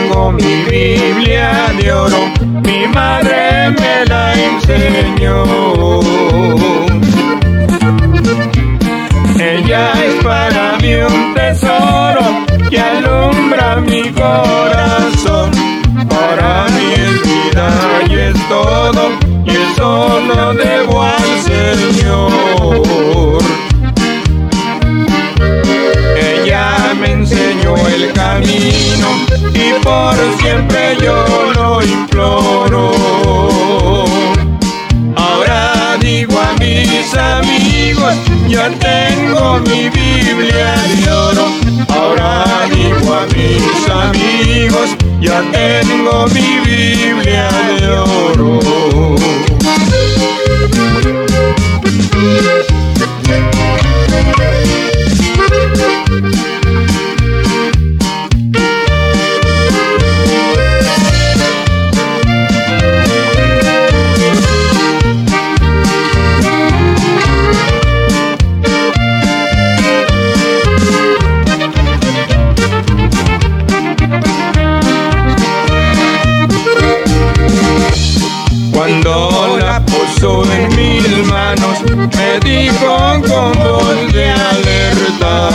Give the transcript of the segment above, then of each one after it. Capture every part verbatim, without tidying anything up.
tengo mi Biblia de oro, mi madre me la enseñó. Ella es para mí un tesoro que alumbra mi corazón. Para mí es vida y es todo, y eso lo debo al Señor. Ella me enseñó el camino y por siempre yo lo imploro. Ahora digo a mis amigos, yo tengo mi Biblia de oro. Ahora digo a mis amigos, yo tengo mi Biblia de oro. Cuando la puso en mis manos, me dijo con voz de alerta: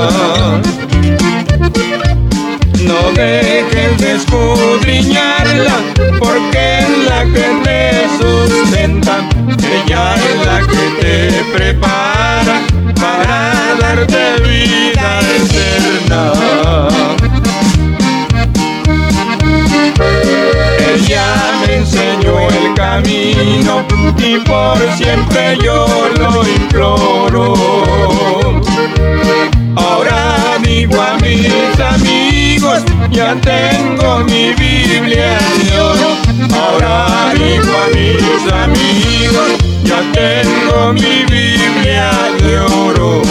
no dejes de escudriñarla, porque es la que te sustenta. Ella es la que te prepara para darte vida eterna. Ella me enseñó el camino y por siempre yo lo imploro. Ahora digo a mis amigos, ya tengo mi Biblia de oro. Ahora digo a mis amigos, ya tengo mi Biblia de oro.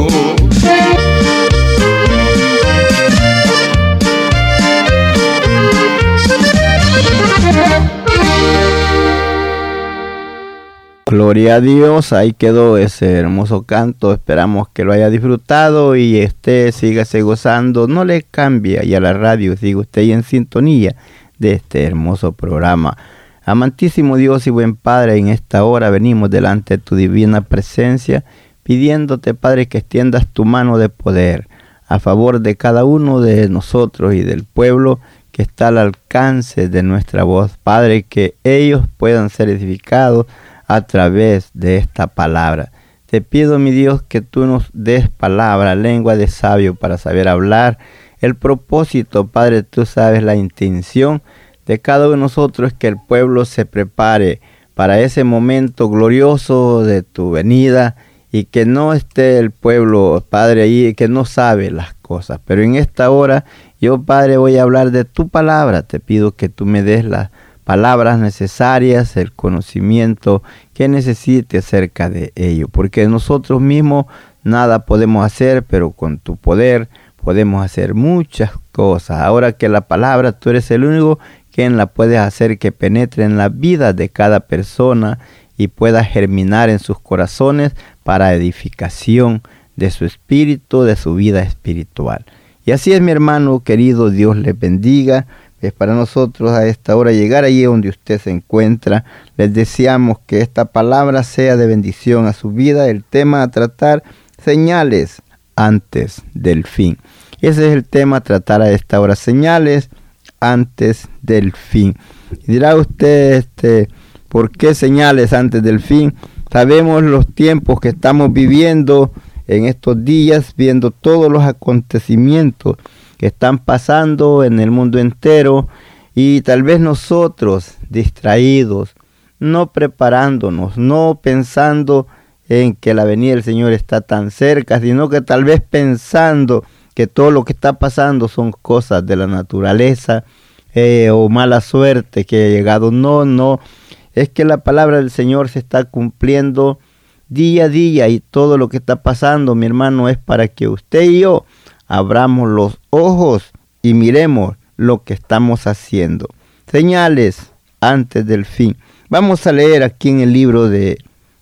Gloria a Dios, ahí quedó ese hermoso canto. Esperamos que lo haya disfrutado y esté, sígase gozando, no le cambie y a la radio, siga usted ahí en sintonía de este hermoso programa. Amantísimo Dios y buen Padre, en esta hora venimos delante de tu divina presencia, pidiéndote, Padre, que extiendas tu mano de poder a favor de cada uno de nosotros y del pueblo que está al alcance de nuestra voz. Padre, que ellos puedan ser edificados a través de esta palabra. Te pido, mi Dios, que tú nos des palabra, lengua de sabio para saber hablar. El propósito, Padre, tú sabes la intención de cada uno de nosotros, que el pueblo se prepare para ese momento glorioso de tu venida y que no esté el pueblo, Padre, ahí que no sabe las cosas. Pero en esta hora, yo, Padre, voy a hablar de tu palabra. Te pido que tú me des las palabras necesarias, el conocimiento que necesite acerca de ello, porque nosotros mismos nada podemos hacer, pero con tu poder podemos hacer muchas cosas. Ahora que la palabra, tú eres el único quien la puedes hacer que penetre en la vida de cada persona y pueda germinar en sus corazones para edificación de su espíritu, de su vida espiritual. Y así es, mi hermano querido, Dios les bendiga. Es para nosotros a esta hora llegar allí donde usted se encuentra. Les deseamos que esta palabra sea de bendición a su vida. El tema a tratar, señales antes del fin. Ese es el tema a tratar a esta hora, señales antes del fin. Y dirá usted, este, ¿por qué señales antes del fin? Sabemos los tiempos que estamos viviendo en estos días, viendo todos los acontecimientos que están pasando en el mundo entero, y tal vez nosotros distraídos, no preparándonos, no pensando en que la venida del Señor está tan cerca, sino que tal vez pensando que todo lo que está pasando son cosas de la naturaleza eh, o mala suerte que ha llegado. No, no, es que la palabra del Señor se está cumpliendo día a día, y todo lo que está pasando, mi hermano, es para que usted y yo abramos los ojos y miremos lo que estamos haciendo. Señales antes del fin. Vamos a leer aquí en el libro de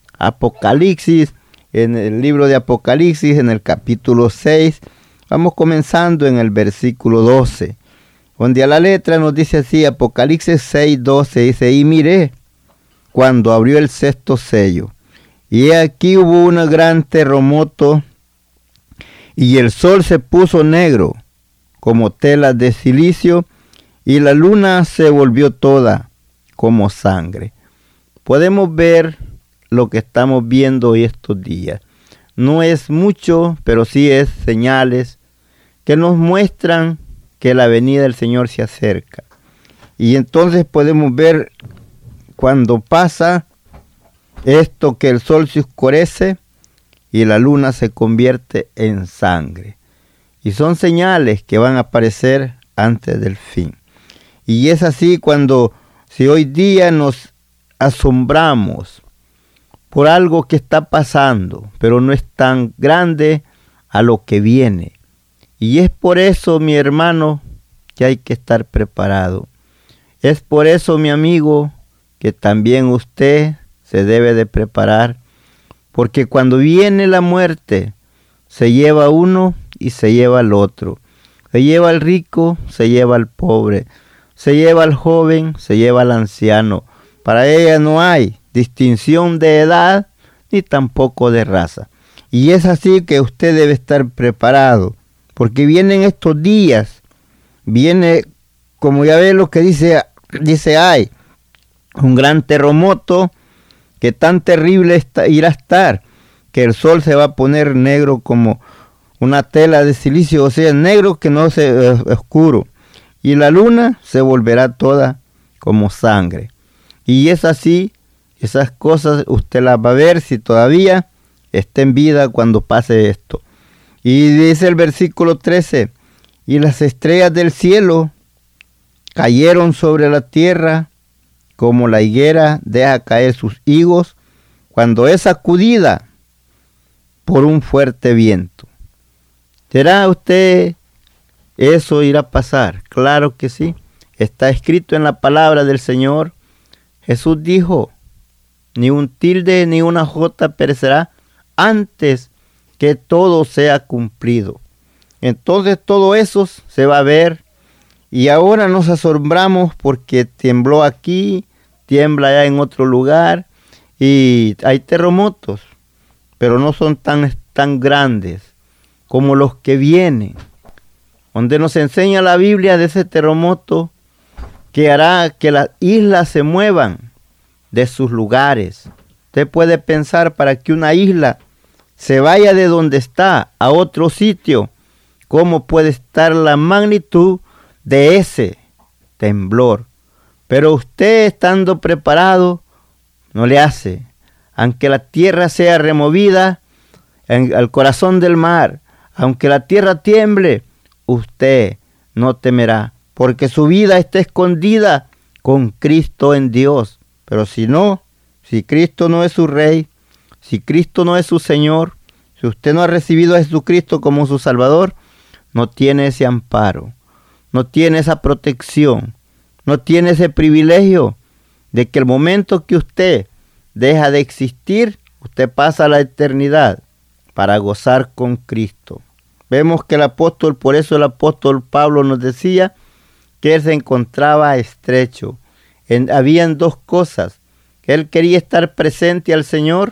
Apocalipsis, en el libro de Apocalipsis, en el capítulo seis. Vamos comenzando en el versículo doce. donde a la letra nos dice así, Apocalipsis seis, doce, dice, y miré cuando abrió el sexto sello, y aquí hubo un gran terremoto, y el sol se puso negro, como tela de silicio, y la luna se volvió toda como sangre. Podemos ver lo que estamos viendo hoy estos días. No es mucho, pero sí es señales que nos muestran que la venida del Señor se acerca. Y entonces podemos ver cuando pasa esto, que el sol se oscurece y la luna se convierte en sangre. Y son señales que van a aparecer antes del fin. Y es así cuando, si hoy día nos asombramos por algo que está pasando, pero no es tan grande a lo que viene. Y es por eso, mi hermano, que hay que estar preparado. Es por eso, mi amigo, que también usted se debe de preparar. Porque cuando viene la muerte, se lleva a uno y se lleva al otro. Se lleva al rico, se lleva al pobre. Se lleva al joven, se lleva al anciano. Para ella no hay distinción de edad ni tampoco de raza. Y es así que usted debe estar preparado. Porque vienen estos días, viene, como ya ve lo que dice, dice hay, un gran terremoto que tan terrible está, irá a estar, que el sol se va a poner negro como una tela de silicio, o sea, negro que no se eh, oscuro, y la luna se volverá toda como sangre. Y es así, esas cosas usted las va a ver si todavía está en vida cuando pase esto. Y dice el versículo trece, y las estrellas del cielo cayeron sobre la tierra como la higuera deja caer sus higos cuando es sacudida por un fuerte viento. ¿Será usted eso irá a pasar? Claro que sí. Está escrito en la palabra del Señor. Jesús dijo, ni un tilde ni una jota perecerá antes que todo sea cumplido. Entonces todo eso se va a ver, y ahora nos asombramos porque tembló aquí, tiembla allá en otro lugar, y hay terremotos, pero no son tan, tan grandes como los que vienen, donde nos enseña la Biblia de ese terremoto que hará que las islas se muevan de sus lugares. Usted puede pensar, para que una isla se vaya de donde está a otro sitio, ¿cómo puede estar la magnitud de ese temblor? Pero usted, estando preparado, no le hace. Aunque la tierra sea removida en, al corazón del mar, aunque la tierra tiemble, usted no temerá, porque su vida está escondida con Cristo en Dios. Pero si no, si Cristo no es su Rey, si Cristo no es su Señor, si usted no ha recibido a Jesucristo como su Salvador, no tiene ese amparo, no tiene esa protección, no tiene ese privilegio de que el momento que usted deja de existir, usted pasa a la eternidad para gozar con Cristo. Vemos que el apóstol, por eso el apóstol Pablo nos decía que él se encontraba estrecho. En, habían dos cosas, que él quería estar presente al Señor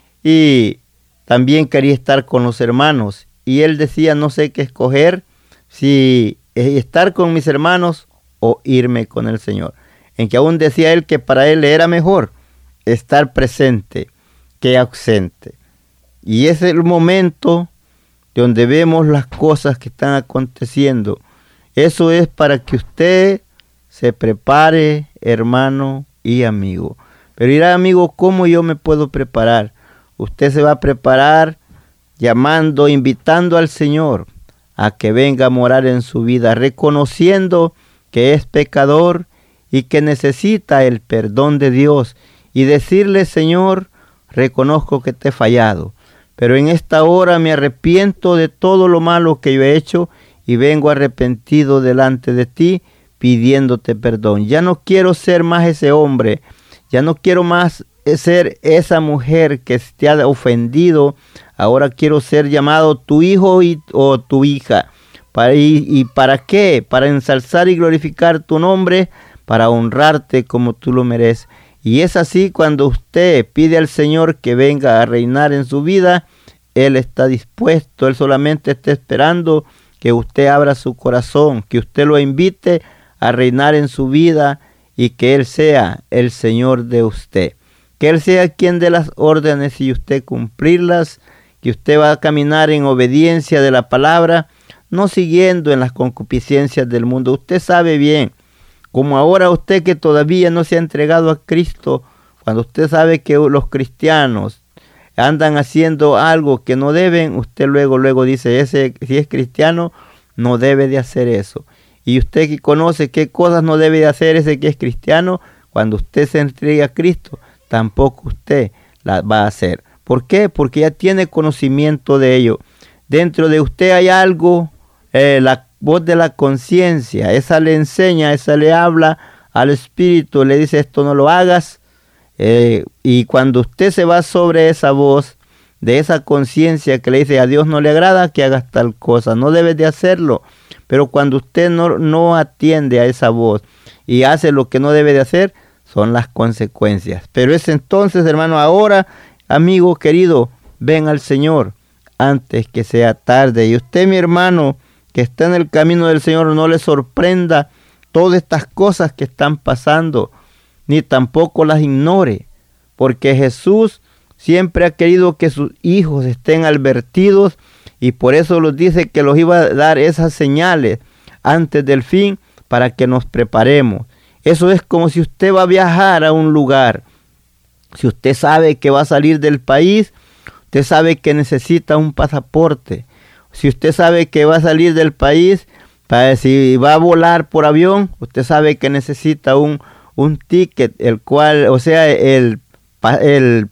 y también quería estar con los hermanos. Y él decía, no sé qué escoger, si estar con mis hermanos o irme con el Señor. En que aún decía él que para él era mejor estar presente que ausente. Y es el momento donde vemos las cosas que están aconteciendo. Eso es para que usted se prepare, hermano y amigo. Pero dirá, amigo, ¿cómo yo me puedo preparar? Usted se va a preparar llamando, invitando al Señor a que venga a morar en su vida, reconociendo que es pecador y que necesita el perdón de Dios, y decirle, Señor, reconozco que te he fallado, pero en esta hora me arrepiento de todo lo malo que yo he hecho y vengo arrepentido delante de ti pidiéndote perdón. Ya no quiero ser más ese hombre, ya no quiero más ser esa mujer que te ha ofendido. Ahora quiero ser llamado tu hijo y, o tu hija, Para, y, ¿Y para qué? Para ensalzar y glorificar tu nombre, para honrarte como tú lo mereces. Y es así cuando usted pide al Señor que venga a reinar en su vida, Él está dispuesto, Él solamente está esperando que usted abra su corazón, que usted lo invite a reinar en su vida y que Él sea el Señor de usted. Que Él sea quien dé las órdenes y usted cumplirlas, que usted va a caminar en obediencia de la palabra, no siguiendo en las concupiscencias del mundo. Usted sabe bien, como ahora usted que todavía no se ha entregado a Cristo, cuando usted sabe que los cristianos andan haciendo algo que no deben, usted luego, luego dice, ese si es cristiano, no debe de hacer eso. Y usted que conoce qué cosas no debe de hacer ese que es cristiano, cuando usted se entregue a Cristo, tampoco usted la va a hacer. ¿Por qué? Porque ya tiene conocimiento de ello. Dentro de usted hay algo, eh, la voz de la conciencia, esa le enseña, esa le habla al espíritu, le dice esto no lo hagas. Eh, y cuando usted se va sobre esa voz, de esa conciencia que le dice a Dios no le agrada que hagas tal cosa, no debes de hacerlo. Pero cuando usted no, no atiende a esa voz y hace lo que no debe de hacer, son las consecuencias. Pero es entonces, hermano, ahora, amigo querido, ven al Señor antes que sea tarde. Y usted, mi hermano, que está en el camino del Señor, no le sorprenda todas estas cosas que están pasando, ni tampoco las ignore, porque Jesús siempre ha querido que sus hijos estén advertidos y por eso los dice que los iba a dar esas señales antes del fin para que nos preparemos. Eso es como si usted va a viajar a un lugar. Si usted sabe que va a salir del país, usted sabe que necesita un pasaporte. Si usted sabe que va a salir del país, para si va a volar por avión, usted sabe que necesita un, un ticket, el cual, o sea, el, el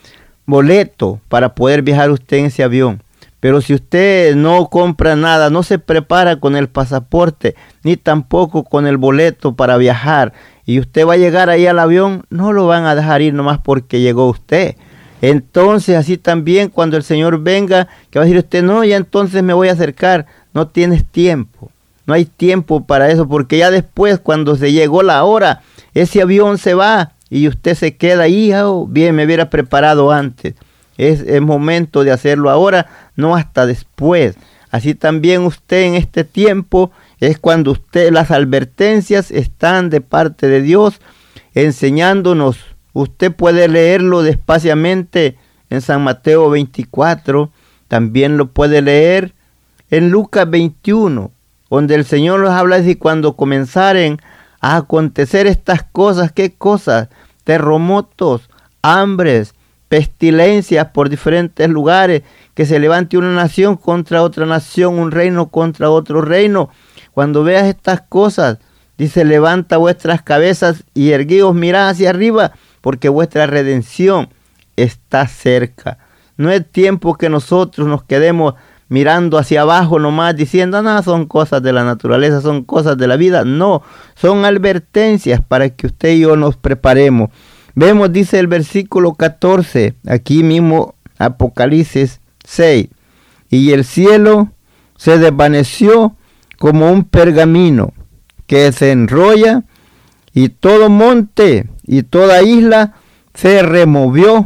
boleto para poder viajar usted en ese avión. Pero si usted no compra nada, no se prepara con el pasaporte, ni tampoco con el boleto para viajar, y usted va a llegar ahí al avión, no lo van a dejar ir nomás porque llegó usted. Entonces, así también cuando el Señor venga, que va a decir usted, no, ya entonces me voy a acercar, no tienes tiempo. No hay tiempo para eso, porque ya después, cuando se llegó la hora, ese avión se va y usted se queda ahí, oh, bien, me hubiera preparado antes. Es el momento de hacerlo ahora, no hasta después. Así también usted en este tiempo es cuando usted, las advertencias están de parte de Dios enseñándonos. Usted puede leerlo despaciamente en San Mateo veinticuatro, también lo puede leer en Lucas veintiuno, donde el Señor nos habla de cuando comenzaren a acontecer estas cosas, ¿qué cosas? Terremotos, hambres, pestilencias por diferentes lugares, que se levante una nación contra otra nación, un reino contra otro reino. Cuando veas estas cosas, dice, levanta vuestras cabezas y erguíos, mirad hacia arriba, porque vuestra redención está cerca. No es tiempo que nosotros nos quedemos mirando hacia abajo nomás, diciendo, no, son cosas de la naturaleza, son cosas de la vida. No, son advertencias para que usted y yo nos preparemos. Vemos, dice el versículo catorce, aquí mismo Apocalipsis seis, y el cielo se desvaneció como un pergamino que se enrolla, y todo monte y toda isla se removió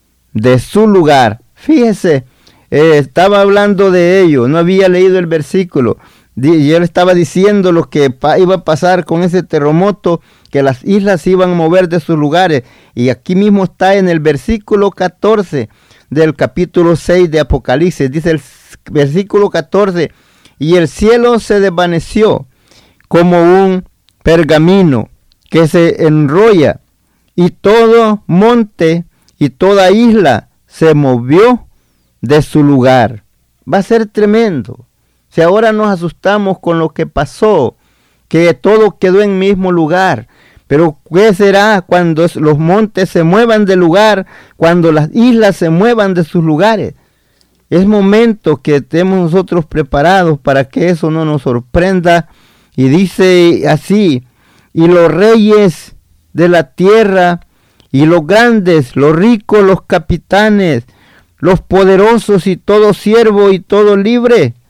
de su lugar. Fíjese, eh, estaba hablando de ello, no había leído el versículo, y él estaba diciendo lo que pa- iba a pasar con ese terremoto, que las islas se iban a mover de sus lugares. Y aquí mismo está en el versículo catorce del capítulo seis de Apocalipsis. Dice el versículo catorce, y el cielo se desvaneció como un pergamino que se enrolla, y todo monte y toda isla se movió de su lugar. Va a ser tremendo. Si ahora nos asustamos con lo que pasó, que todo quedó en mismo lugar, pero ¿qué será cuando los montes se muevan de lugar, cuando las islas se muevan de sus lugares? Es momento que estemos nosotros preparados para que eso no nos sorprenda. Y dice así, y los reyes de la tierra, y los grandes, los ricos, los capitanes, los poderosos y todo siervo y todo libre,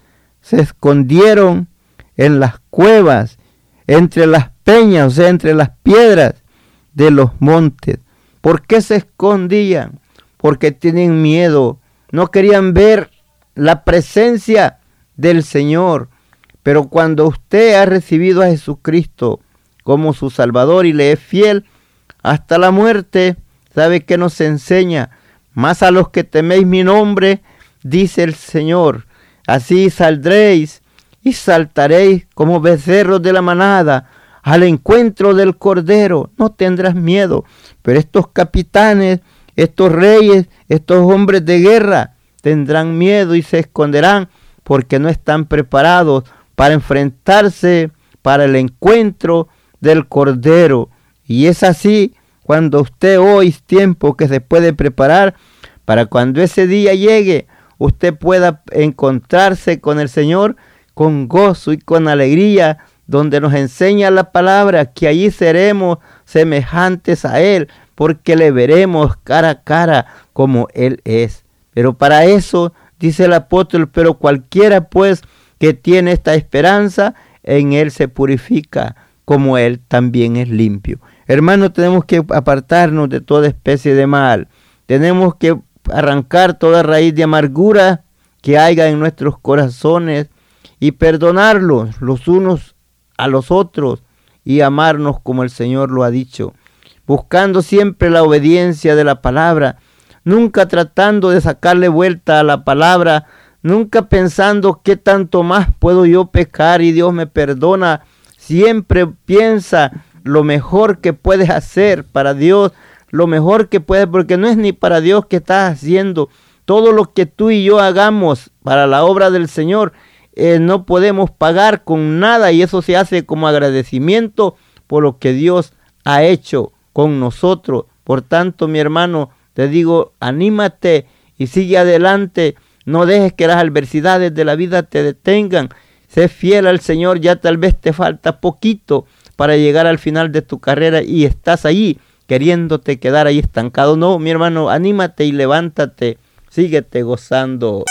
se escondieron en las cuevas, entre las peñas, o sea, entre las piedras de los montes. ¿Por qué se escondían? Porque tienen miedo, no querían ver la presencia del Señor. Pero cuando usted ha recibido a Jesucristo como su Salvador y le es fiel hasta la muerte, ¿sabe qué nos enseña? Más a los que teméis mi nombre, dice el Señor, así saldréis y saltaréis como becerros de la manada al encuentro del Cordero. No tendrás miedo. Pero estos capitanes, estos reyes, estos hombres de guerra tendrán miedo y se esconderán porque no están preparados para enfrentarse para el encuentro del Cordero. Y es así cuando usted hoy es tiempo que se puede preparar para cuando ese día llegue, usted pueda encontrarse con el Señor con gozo y con alegría, donde nos enseña la palabra que allí seremos semejantes a Él, porque le veremos cara a cara como Él es. Pero para eso, dice el apóstol, pero cualquiera pues que tiene esta esperanza, en Él se purifica, como Él también es limpio. Hermanos, tenemos que apartarnos de toda especie de mal. Tenemos que arrancar toda raíz de amargura que haya en nuestros corazones y perdonarlos los unos a los otros y amarnos como el Señor lo ha dicho, buscando siempre la obediencia de la palabra, nunca tratando de sacarle vuelta a la palabra, nunca pensando qué tanto más puedo yo pecar y Dios me perdona. Siempre piensa lo mejor que puedes hacer para Dios, lo mejor que puedes, porque no es ni para Dios que estás haciendo. Todo lo que tú y yo hagamos para la obra del Señor, eh, no podemos pagar con nada, y eso se hace como agradecimiento por lo que Dios ha hecho con nosotros. Por tanto, mi hermano, te digo, anímate y sigue adelante. No dejes que las adversidades de la vida te detengan. Sé fiel al Señor. Ya tal vez te falta poquito para llegar al final de tu carrera y estás allí queriéndote quedar ahí estancado. No, mi hermano, anímate y levántate. Síguete gozando.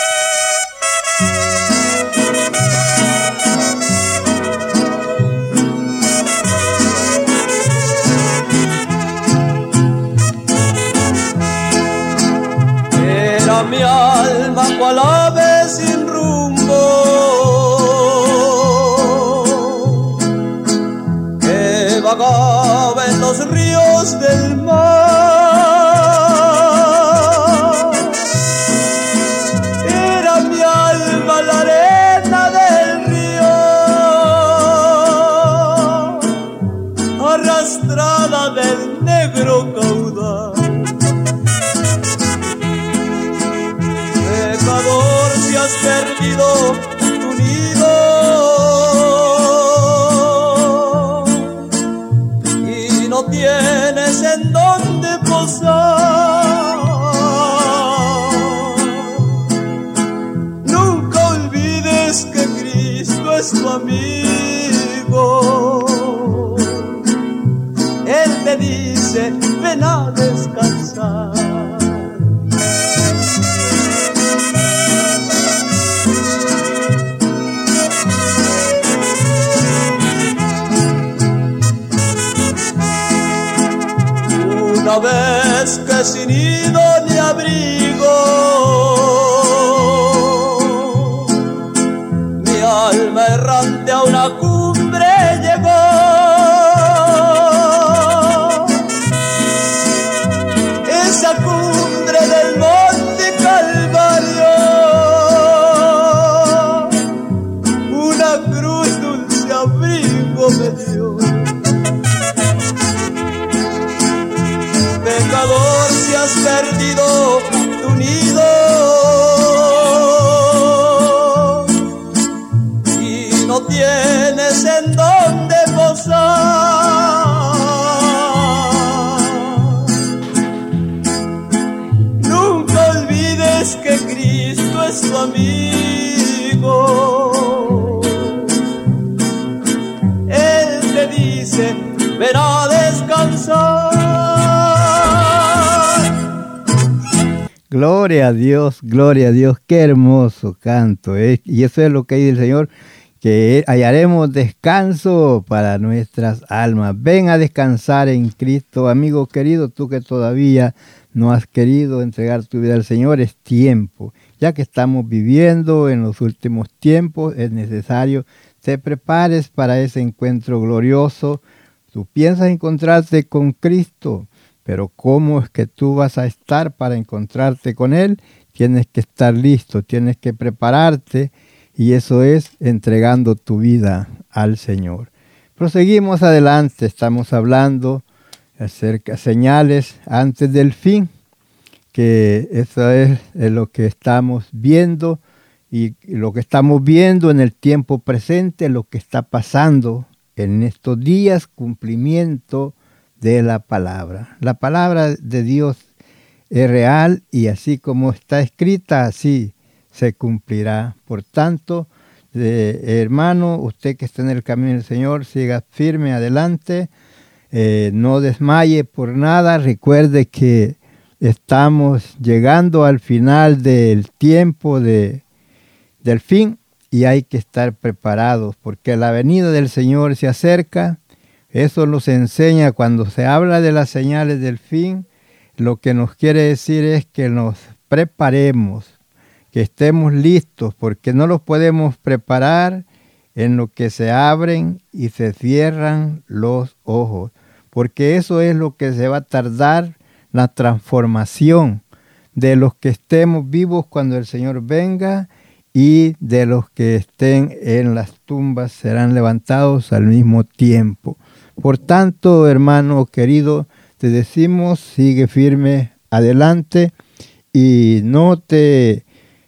Era mi alma cual ave sin rumbo, que vagaba en los ríos del mar. Era mi alma la arena del río, arrastrada del negro caudal. Pecador, si has perdido tu nido y no tienes en dónde posar, nunca olvides que Cristo es tu amigo. Él te dice, ven a descansar. Una vez que sin nido ni abrigo, mi alma errante a una cumbre llegó. Esa cumbre del monte Calvario, una cruz dulce abrigo me dio. Pecador, si has perdido tu nido y no tienes en dónde posar, nunca olvides que Cristo es tu amigo. Él te dice, ven a descansar. Gloria a Dios, gloria a Dios, qué hermoso canto, ¿eh? Y eso es lo que dice el Señor, que hallaremos descanso para nuestras almas. Ven a descansar en Cristo, amigo querido, tú que todavía no has querido entregar tu vida al Señor, es tiempo. Ya que estamos viviendo en los últimos tiempos, es necesario que te prepares para ese encuentro glorioso. Tú piensas encontrarte con Cristo, pero ¿cómo es que tú vas a estar para encontrarte con Él? Tienes que estar listo, tienes que prepararte, y eso es entregando tu vida al Señor. Proseguimos adelante, estamos hablando acerca de señales antes del fin, que eso es, es lo que estamos viendo, y lo que estamos viendo en el tiempo presente, lo que está pasando en estos días, cumplimiento de la palabra. La palabra de Dios es real, y así como está escrita, así se cumplirá. Por tanto, eh, hermano, usted que está en el camino del Señor, siga firme adelante, eh, no desmaye por nada. Recuerde que estamos llegando al final del tiempo de, del fin, y hay que estar preparados porque la venida del Señor se acerca. Eso nos enseña cuando se habla de las señales del fin. Lo que nos quiere decir es que nos preparemos, que estemos listos, porque no los podemos preparar en lo que se abren y se cierran los ojos, porque eso es lo que se va a tardar, la transformación de los que estemos vivos cuando el Señor venga, y de los que estén en las tumbas serán levantados al mismo tiempo. Por tanto, hermano querido, te decimos, sigue firme adelante y no te,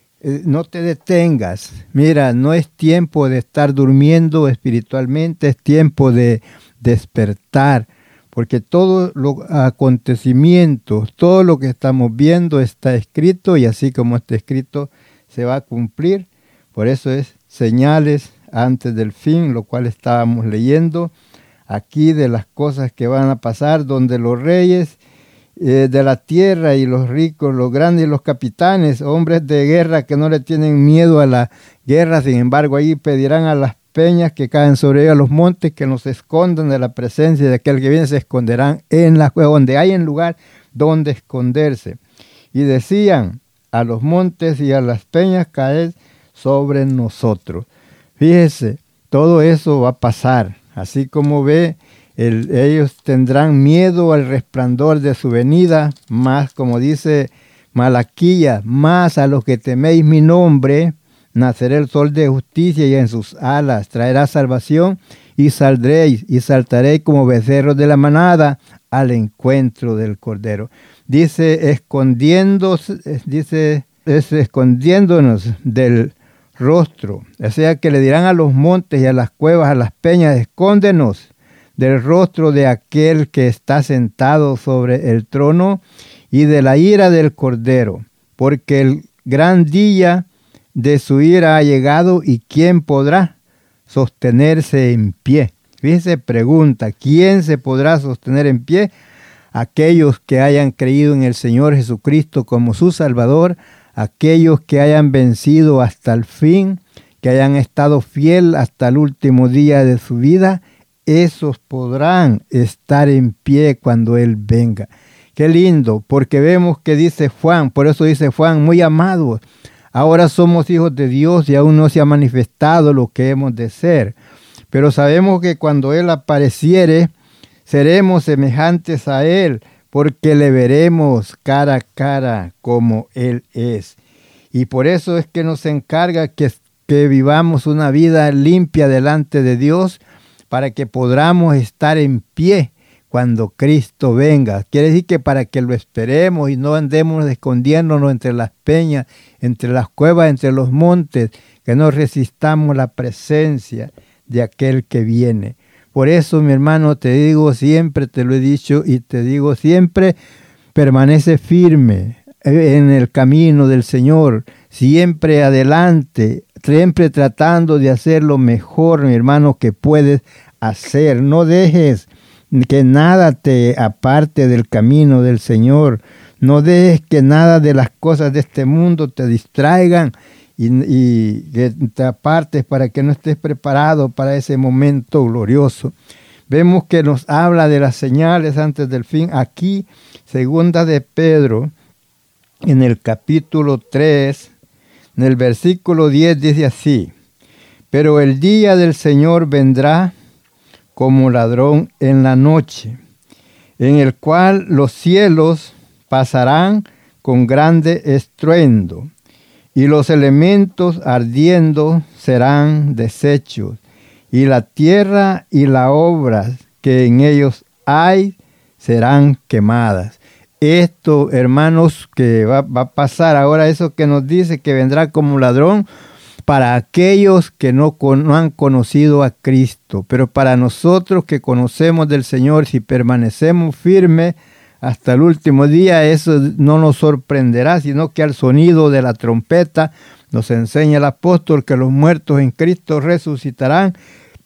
no te detengas. Mira, no es tiempo de estar durmiendo espiritualmente, es tiempo de despertar, porque todos los acontecimientos, todo lo que estamos viendo está escrito, y así como está escrito, se va a cumplir. Por eso es señales antes del fin, lo cual estábamos leyendo aquí, de las cosas que van a pasar, donde los reyes eh, de la tierra y los ricos, los grandes y los capitanes, hombres de guerra que no le tienen miedo a la guerra, sin embargo ahí pedirán a las peñas que caen sobre ellos, a los montes, que nos escondan de la presencia de aquel que viene, se esconderán en la cueva, donde hay un lugar donde esconderse. Y decían a los montes y a las peñas, caed sobre nosotros. Fíjese, todo eso va a pasar. Así como ve, el, ellos tendrán miedo al resplandor de su venida, más, como dice Malaquía, más a los que teméis mi nombre, nacerá el sol de justicia, y en sus alas traerá salvación, y saldréis y saltaréis como becerros de la manada al encuentro del Cordero. Dice, escondiéndose, dice, es escondiéndonos del rostro. O sea que le dirán a los montes y a las cuevas, a las peñas, escóndenos del rostro de aquel que está sentado sobre el trono y de la ira del Cordero, porque el gran día de su ira ha llegado, y ¿quién podrá sostenerse en pie? Fíjese, pregunta, ¿quién se podrá sostener en pie? Aquellos que hayan creído en el Señor Jesucristo como su Salvador, aquellos que hayan vencido hasta el fin, que hayan estado fiel hasta el último día de su vida, esos podrán estar en pie cuando Él venga. Qué lindo, porque vemos que dice Juan, por eso dice Juan, muy amados, ahora somos hijos de Dios y aún no se ha manifestado lo que hemos de ser. Pero sabemos que cuando Él apareciere, seremos semejantes a Él, porque le veremos cara a cara como Él es. Y por eso es que nos encarga que, que vivamos una vida limpia delante de Dios, para que podamos estar en pie cuando Cristo venga. Quiere decir que para que lo esperemos y no andemos escondiéndonos entre las peñas, entre las cuevas, entre los montes, que no resistamos la presencia de aquel que viene. Por eso, mi hermano, te digo siempre, te lo he dicho y te digo siempre, permanece firme en el camino del Señor, siempre adelante, siempre tratando de hacer lo mejor, mi hermano, que puedes hacer. No dejes que nada te aparte del camino del Señor. No dejes que nada de las cosas de este mundo te distraigan y, y que te apartes para que no estés preparado para ese momento glorioso. Vemos que nos habla de las señales antes del fin. Aquí, segunda de Pedro, en el capítulo tres, en el versículo diez, dice así: pero el día del Señor vendrá como ladrón en la noche, en el cual los cielos pasarán con grande estruendo, y los elementos ardiendo serán deshechos, y la tierra y las obras que en ellos hay serán quemadas. Esto, hermanos, que va, va a pasar ahora, eso que nos dice que vendrá como ladrón, para aquellos que no, no han conocido a Cristo. Pero para nosotros que conocemos del Señor, si permanecemos firmes hasta el último día, eso no nos sorprenderá, sino que al sonido de la trompeta nos enseña el apóstol que los muertos en Cristo resucitarán,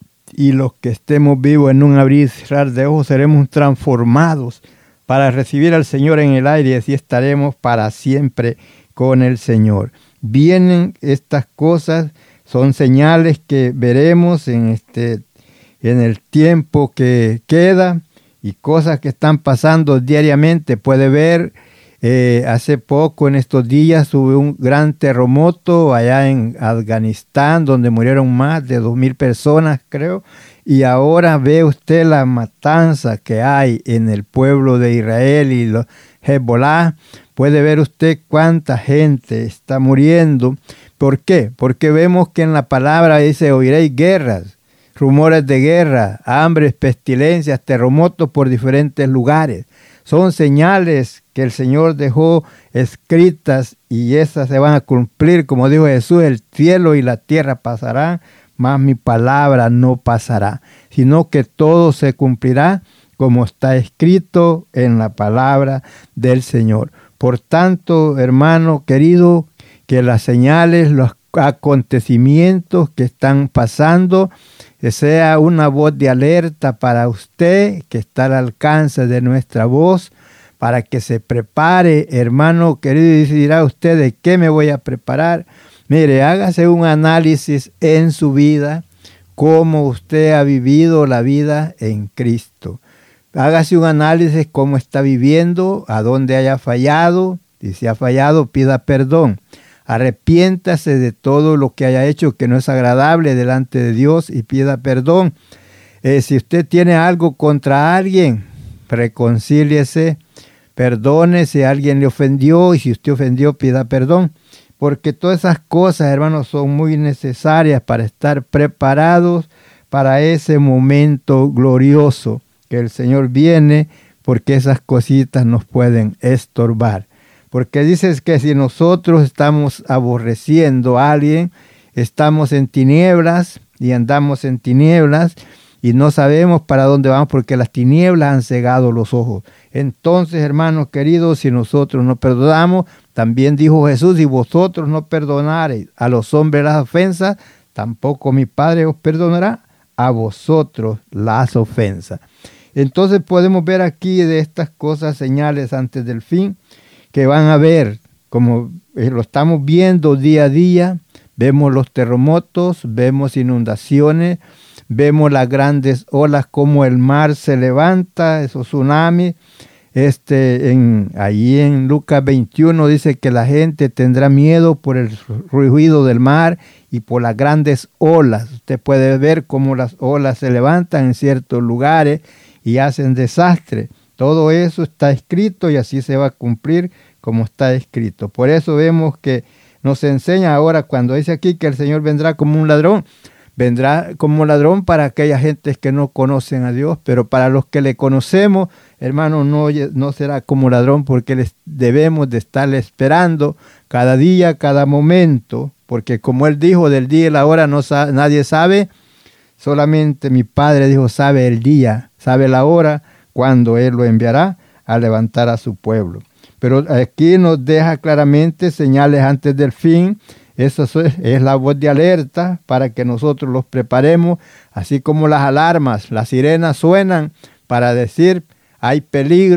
y los que estemos vivos en un abrir y cerrar de ojos seremos transformados para recibir al Señor en el aire, y así estaremos para siempre con el Señor. Vienen estas cosas, son señales que veremos en este en el tiempo que queda, y cosas que están pasando diariamente. Puede ver, eh, hace poco, en estos días, hubo un gran terremoto allá en Afganistán, donde murieron más de dos mil personas, creo, y ahora ve usted la matanza que hay en el pueblo de Israel y los Hezbollah. Puede ver usted cuánta gente está muriendo. ¿Por qué? Porque vemos que en la palabra dice: oiréis guerras, rumores de guerra, hambres, pestilencias, terremotos por diferentes lugares. Son señales que el Señor dejó escritas, y esas se van a cumplir. Como dijo Jesús: el cielo y la tierra pasarán, mas mi palabra no pasará, sino que todo se cumplirá como está escrito en la palabra del Señor. Por tanto, hermano querido, que las señales, los acontecimientos que están pasando, que sea una voz de alerta para usted, que está al alcance de nuestra voz, para que se prepare, hermano querido. Y dirá usted: ¿de qué me voy a preparar? Mire, hágase un análisis en su vida, cómo usted ha vivido la vida en Cristo. Hágase un análisis cómo está viviendo, a dónde haya fallado, y si ha fallado, pida perdón. Arrepiéntase de todo lo que haya hecho que no es agradable delante de Dios y pida perdón. Eh, si usted tiene algo contra alguien, reconcíliese, perdone si alguien le ofendió, y si usted ofendió, pida perdón. Porque todas esas cosas, hermanos, son muy necesarias para estar preparados para ese momento glorioso que el Señor viene, porque esas cositas nos pueden estorbar. Porque dices que si nosotros estamos aborreciendo a alguien, estamos en tinieblas y andamos en tinieblas y no sabemos para dónde vamos, porque las tinieblas han cegado los ojos. Entonces, hermanos queridos, si nosotros no perdonamos, también dijo Jesús: si vosotros no perdonareis a los hombres las ofensas, tampoco mi Padre os perdonará a vosotros las ofensas. Entonces podemos ver aquí de estas cosas, señales antes del fin, que van a ver, como lo estamos viendo día a día. Vemos los terremotos, vemos inundaciones, vemos las grandes olas, como el mar se levanta, esos tsunamis. Este, en, allí en Lucas veintiuno dice que la gente tendrá miedo por el ruido del mar y por las grandes olas. Usted puede ver cómo las olas se levantan en ciertos lugares y hacen desastre. Todo eso está escrito, y así se va a cumplir como está escrito. Por eso vemos que nos enseña ahora, cuando dice aquí que el Señor vendrá como un ladrón, vendrá como ladrón para aquellas gentes que no conocen a Dios, pero para los que le conocemos, hermanos, no, no será como ladrón, porque les debemos de estarle esperando cada día, cada momento, porque como Él dijo, del día y la hora no sa- nadie sabe, solamente mi Padre dijo, sabe el día, sabe la hora, cuando Él lo enviará a levantar a su pueblo. Pero aquí nos deja claramente señales antes del fin. Eso es, es la voz de alerta para que nosotros los preparemos, así como las alarmas, las sirenas suenan para decir hay peligro,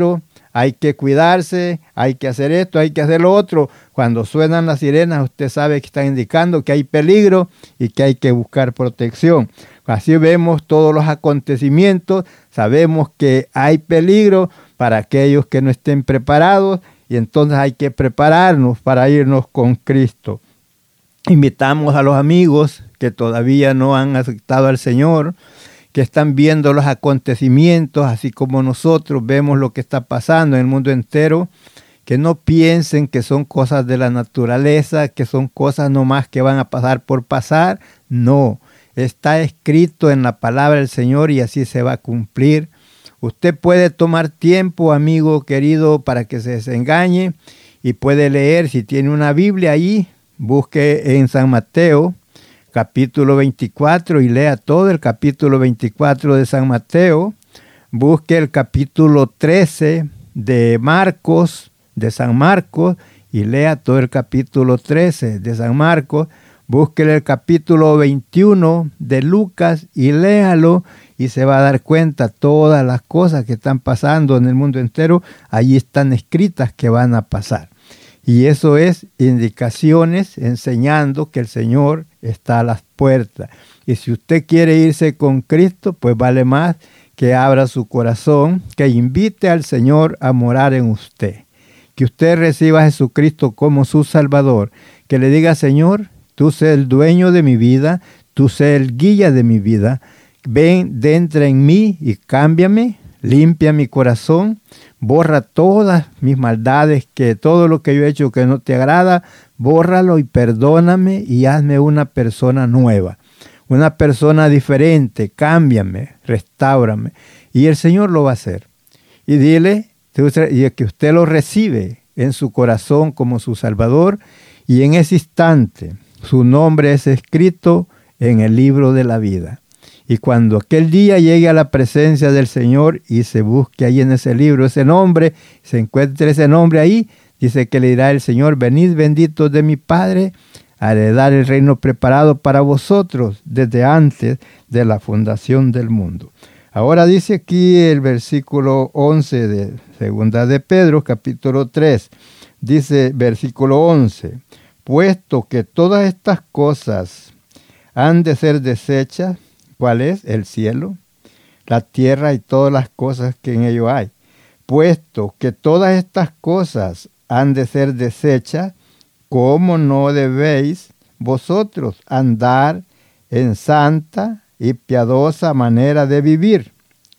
hay que cuidarse, hay que hacer esto, hay que hacer lo otro. Cuando suenan las sirenas, usted sabe que están indicando que hay peligro y que hay que buscar protección. Así vemos todos los acontecimientos, sabemos que hay peligro para aquellos que no estén preparados y entonces hay que prepararnos para irnos con Cristo. Invitamos a los amigos que todavía no han aceptado al Señor, que están viendo los acontecimientos, así como nosotros vemos lo que está pasando en el mundo entero, que no piensen que son cosas de la naturaleza, que son cosas nomás que van a pasar por pasar. No, está escrito en la palabra del Señor y así se va a cumplir. Usted puede tomar tiempo, amigo querido, para que se desengañe y puede leer, si tiene una Biblia ahí, busque en San Mateo, capítulo veinticuatro, y lea todo el capítulo veinticuatro de San Mateo. Busque el capítulo trece de Marcos, de San Marcos, y lea todo el capítulo trece de San Marcos. Busque el capítulo veintiuno de Lucas y léalo, y se va a dar cuenta todas las cosas que están pasando en el mundo entero. Allí están escritas que van a pasar. Y eso es indicaciones enseñando que el Señor está a las puertas. Y si usted quiere irse con Cristo, pues vale más que abra su corazón, que invite al Señor a morar en usted. Que usted reciba a Jesucristo como su Salvador. Que le diga, Señor, tú sé el dueño de mi vida, tú sé el guía de mi vida. Ven, entra en mí y cámbiame, limpia mi corazón. Borra todas mis maldades, que todo lo que yo he hecho que no te agrada, bórralo y perdóname y hazme una persona nueva, una persona diferente, cámbiame, restáurame. Y el Señor lo va a hacer. Y dile y que usted lo recibe en su corazón como su Salvador, y en ese instante su nombre es escrito en el libro de la vida. Y cuando aquel día llegue a la presencia del Señor y se busque ahí en ese libro ese nombre, se encuentre ese nombre ahí, dice que le dirá el Señor, venid benditos de mi Padre, a heredar el reino preparado para vosotros desde antes de la fundación del mundo. Ahora dice aquí el versículo once de Segunda de Pedro, capítulo tres, dice versículo once, puesto que todas estas cosas han de ser deshechas, ¿cuál es? El cielo, la tierra y todas las cosas que en ello hay. Puesto que todas estas cosas han de ser deshechas, ¿cómo no debéis vosotros andar en santa y piadosa manera de vivir,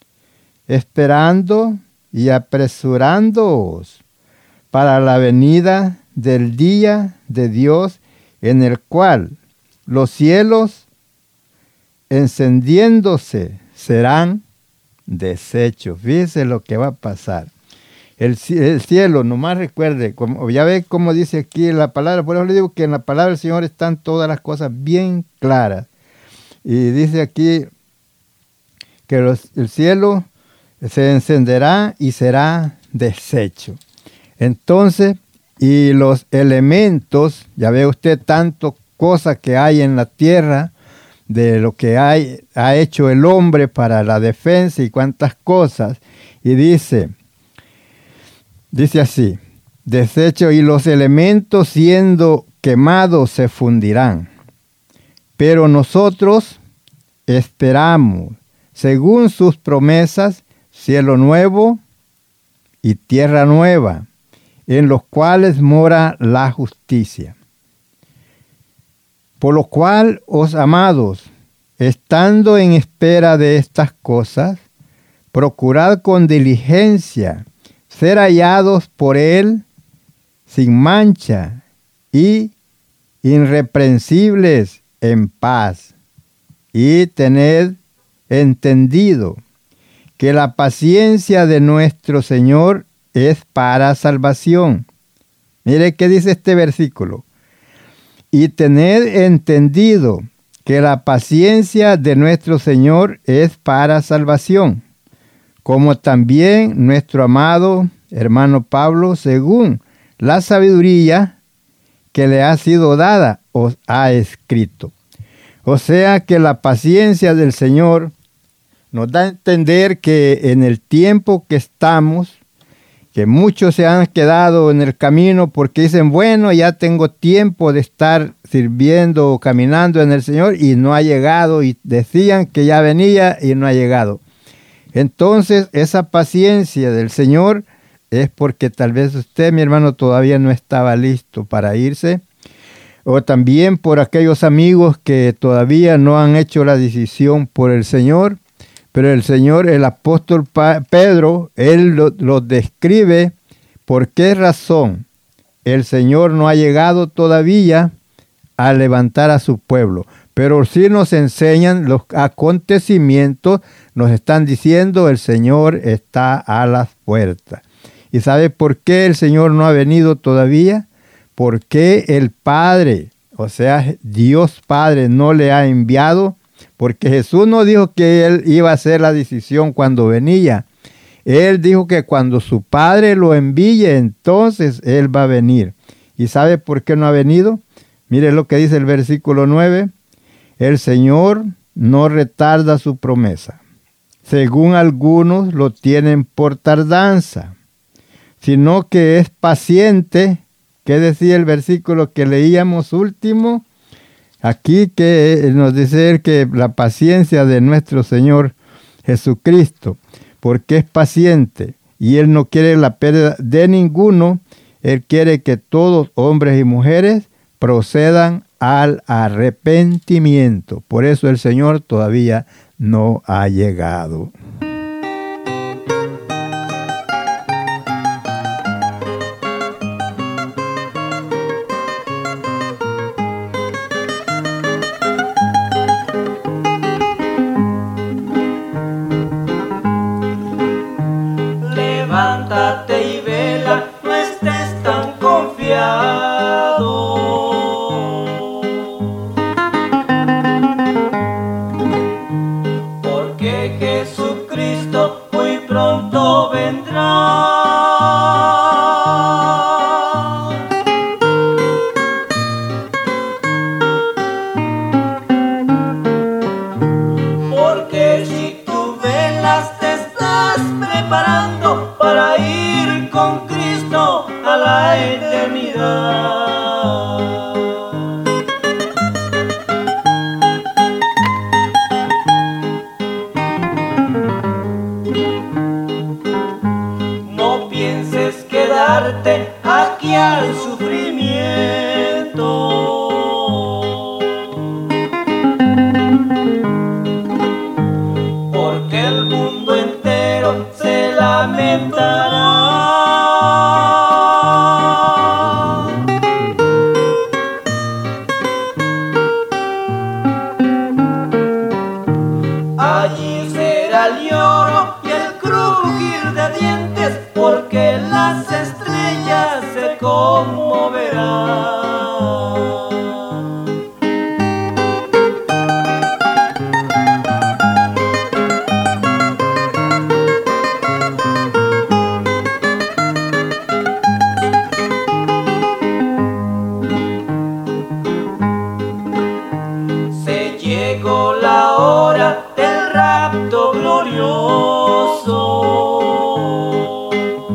esperando y apresurándoos para la venida del día de Dios, en el cual los cielos encendiéndose serán deshechos? Fíjese lo que va a pasar. El, el cielo, nomás recuerde, como, ya ve cómo dice aquí la palabra, por eso le digo que en la palabra del Señor están todas las cosas bien claras. Y dice aquí que los, el cielo se encenderá y será deshecho. Entonces, y los elementos, ya ve usted tanto cosas que hay en la tierra, de lo que hay, ha hecho el hombre para la defensa y cuántas cosas. Y dice, dice así, desecho, y los elementos siendo quemados se fundirán. Pero nosotros esperamos, según sus promesas, cielo nuevo y tierra nueva, en los cuales mora la justicia. Por lo cual, os amados, estando en espera de estas cosas, procurad con diligencia ser hallados por Él sin mancha y irreprensibles en paz, y tened entendido que la paciencia de nuestro Señor es para salvación. Mire qué dice este versículo. Y tened entendido que la paciencia de nuestro Señor es para salvación, como también nuestro amado hermano Pablo, según la sabiduría que le ha sido dada, os ha escrito. O sea que la paciencia del Señor nos da a entender que en el tiempo que estamos, que muchos se han quedado en el camino porque dicen, bueno, ya tengo tiempo de estar sirviendo o caminando en el Señor y no ha llegado, y decían que ya venía y no ha llegado. Entonces, esa paciencia del Señor es porque tal vez usted, mi hermano, todavía no estaba listo para irse, o también por aquellos amigos que todavía no han hecho la decisión por el Señor. Pero el Señor, el apóstol Pedro, él lo, lo describe por qué razón el Señor no ha llegado todavía a levantar a su pueblo. Pero sí nos enseñan los acontecimientos, nos están diciendo el Señor está a las puertas. ¿Y sabe por qué el Señor no ha venido todavía? Porque el Padre, o sea, Dios Padre no le ha enviado. Porque Jesús no dijo que Él iba a hacer la decisión cuando venía. Él dijo que cuando su Padre lo envíe, entonces Él va a venir. ¿Y sabe por qué no ha venido? Mire lo que dice el versículo nueve. El Señor no retarda su promesa, según algunos lo tienen por tardanza, sino que es paciente. ¿Qué decía el versículo que leíamos último? Aquí que nos dice que la paciencia de nuestro Señor Jesucristo, porque es paciente y Él no quiere la pérdida de ninguno. Él quiere que todos, hombres y mujeres, procedan al arrepentimiento. Por eso el Señor todavía no ha llegado. Levántate y vela, no estés tan confiado, porque Jesucristo muy pronto vendrá. Porque si tú velas te estás preparando para ir con Cristo a la eternidad. No pienses quedarte aquí al sufrimiento, porque el mundo entero se lamentará. Allí será el lloro y el crujir de dientes, porque las estrellas se conmoverán. Se llegó la hora del rapto glorioso,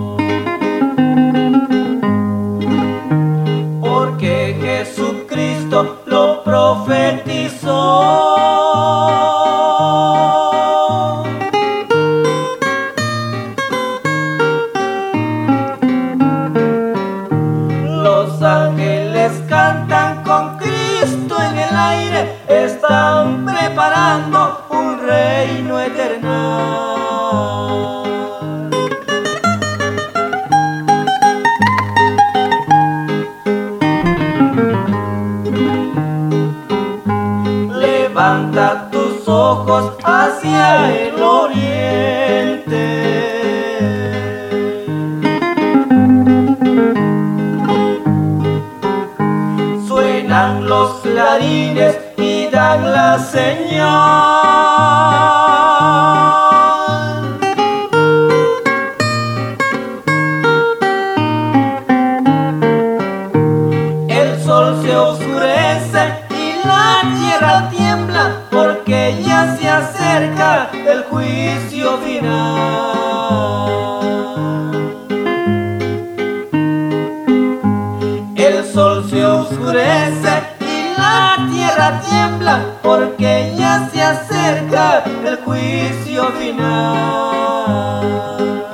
porque Jesucristo lo profetizó. Los ángeles cantan con Cristo en el aire, están preparando un reino eterno. Levanta tus ojos hacia el oriente, suenan los clarines y dan la señal. El sol se oscurece y la tierra tiembla, porque ya se acerca el endurece y la tierra tiembla, porque ya se acerca el juicio final.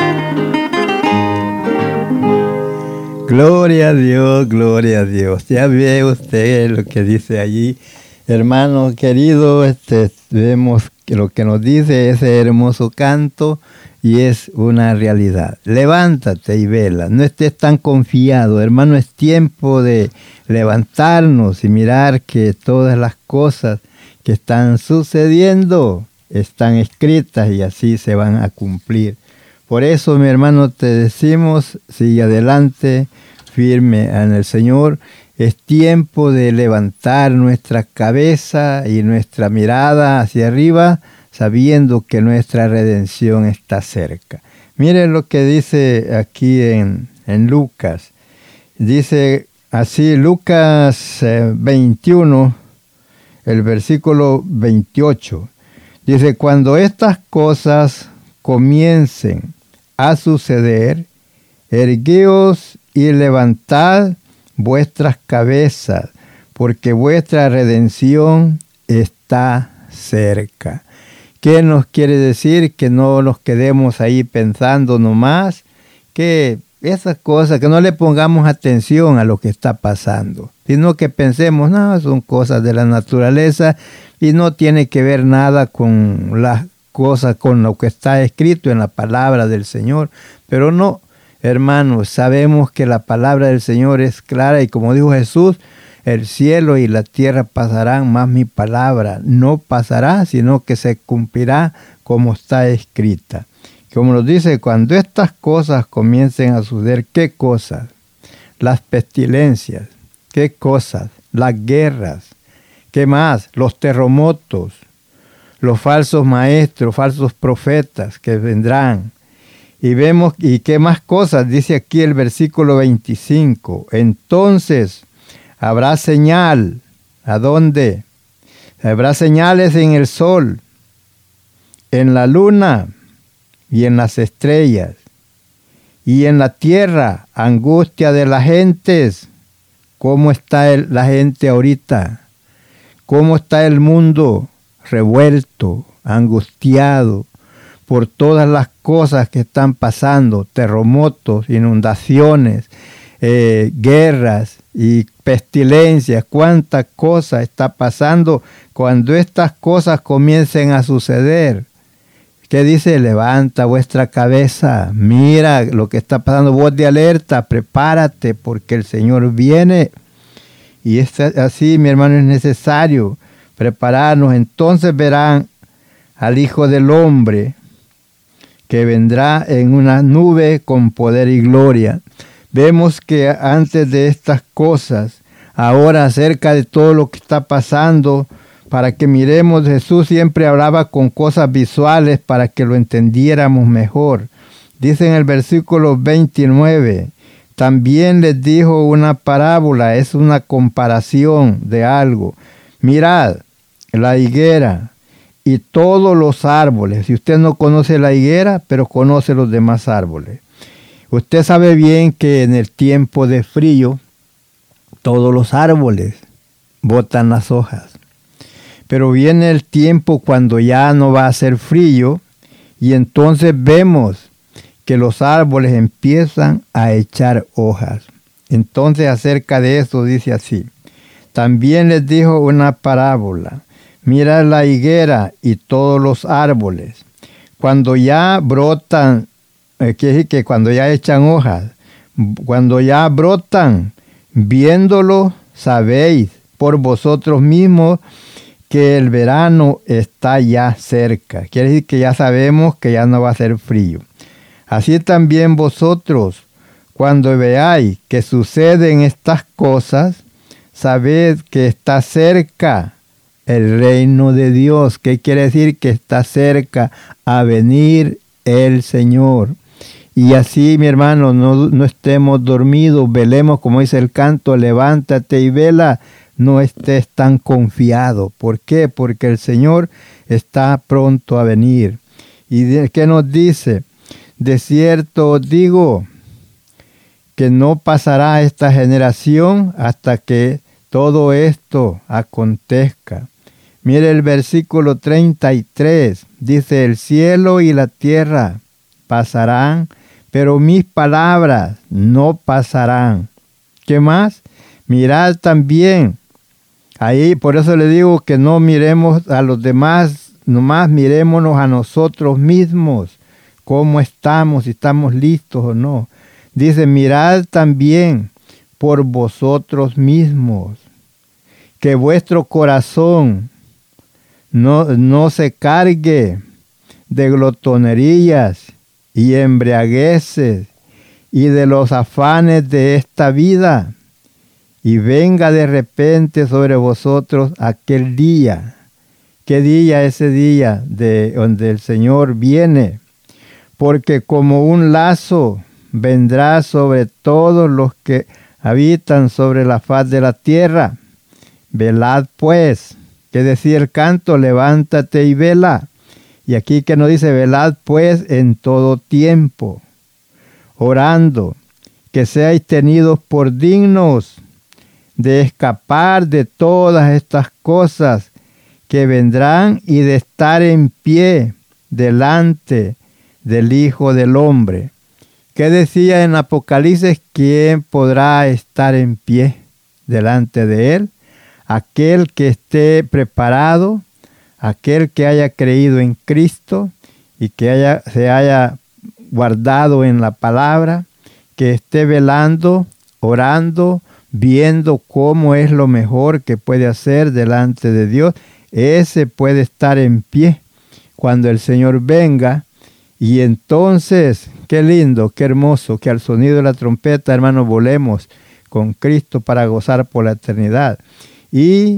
Gloria a Dios, gloria a Dios. Ya ve usted lo que dice allí. Hermano querido, este, vemos que lo que nos dice ese hermoso canto y es una realidad. Levántate y vela, no estés tan confiado, hermano, es tiempo de levantarnos y mirar que todas las cosas que están sucediendo están escritas y así se van a cumplir. Por eso, mi hermano, te decimos, sigue adelante, firme en el Señor. Es tiempo de levantar nuestra cabeza y nuestra mirada hacia arriba, sabiendo que nuestra redención está cerca. Miren lo que dice aquí en, en Lucas. Dice así, Lucas eh, veintiuno, el versículo veintiocho. Dice, cuando estas cosas comiencen a suceder, ergueos y levantad vuestras cabezas, porque vuestra redención está cerca. ¿Qué nos quiere decir? Que no nos quedemos ahí pensando nomás, que esas cosas, que no le pongamos atención a lo que está pasando, sino que pensemos, no, son cosas de la naturaleza y no tiene que ver nada con las cosas, con lo que está escrito en la palabra del Señor. Pero no, hermanos, sabemos que la palabra del Señor es clara y como dijo Jesús, el cielo y la tierra pasarán, mas mi palabra no pasará, sino que se cumplirá como está escrita. Como nos dice, cuando estas cosas comiencen a suceder, ¿qué cosas? Las pestilencias, ¿qué cosas? Las guerras, ¿qué más? Los terremotos, los falsos maestros, falsos profetas que vendrán. Y vemos, ¿y qué más cosas? Dice aquí el versículo veinticinco. Entonces habrá señal. ¿A dónde? Habrá señales en el sol, en la luna y en las estrellas. Y en la tierra, angustia de las gentes. ¿Cómo está el, la gente ahorita? ¿Cómo está el mundo? Revuelto, angustiado por todas las cosas que están pasando, terremotos, inundaciones, eh, guerras y pestilencias, cuántas cosas está pasando. Cuando estas cosas comiencen a suceder, ¿qué dice? Levanta vuestra cabeza, mira lo que está pasando, voz de alerta, prepárate porque el Señor viene. Y es así, mi hermano, es necesario prepararnos. Entonces verán al Hijo del Hombre que vendrá en una nube con poder y gloria. Vemos que antes de estas cosas, ahora acerca de todo lo que está pasando, para que miremos, Jesús siempre hablaba con cosas visuales para que lo entendiéramos mejor. Dice en el versículo veintinueve, también les dijo una parábola, es una comparación de algo. Mirad, la higuera y todos los árboles. Si usted no conoce la higuera, pero conoce los demás árboles. Usted sabe bien que en el tiempo de frío, todos los árboles botan las hojas. Pero viene el tiempo cuando ya no va a ser frío y entonces vemos que los árboles empiezan a echar hojas. Entonces acerca de eso dice así. También les dijo una parábola. Mirad la higuera y todos los árboles. Cuando ya brotan, eh, quiere decir que cuando ya echan hojas, cuando ya brotan, viéndolo, sabéis por vosotros mismos que el verano está ya cerca. Quiere decir que ya sabemos que ya no va a ser frío. Así también vosotros, cuando veáis que suceden estas cosas, sabed que está cerca el reino de Dios. ¿Qué quiere decir? Que está cerca a venir el Señor. Y así, mi hermano, no, no estemos dormidos, velemos, como dice el canto, levántate y vela, no estés tan confiado. ¿Por qué? Porque el Señor está pronto a venir. ¿Y de, qué nos dice? De cierto os digo que no pasará esta generación hasta que todo esto acontezca. Mire el versículo treinta y tres, dice, el cielo y la tierra pasarán, pero mis palabras no pasarán. ¿Qué más? Mirad también. Ahí, por eso le digo que no miremos a los demás, nomás mirémonos a nosotros mismos, cómo estamos, si estamos listos o no. Dice, mirad también por vosotros mismos, que vuestro corazón no, no se cargue de glotonerías y embriagueces y de los afanes de esta vida, y venga de repente sobre vosotros aquel día. ¿Qué día? Ese día de donde el Señor viene, porque como un lazo vendrá sobre todos los que habitan sobre la faz de la tierra. Velad pues, que decía el canto, levántate y vela. Y aquí que nos dice, velad pues en todo tiempo, orando, que seáis tenidos por dignos de escapar de todas estas cosas que vendrán y de estar en pie delante del Hijo del Hombre. ¿Qué decía en Apocalipsis? ¿Quién podrá estar en pie delante de Él? Aquel que esté preparado, aquel que haya creído en Cristo y que haya, se haya guardado en la palabra, que esté velando, orando, viendo cómo es lo mejor que puede hacer delante de Dios. Ese puede estar en pie cuando el Señor venga. Y entonces, qué lindo, qué hermoso, que al sonido de la trompeta, hermanos, volemos con Cristo para gozar por la eternidad. Y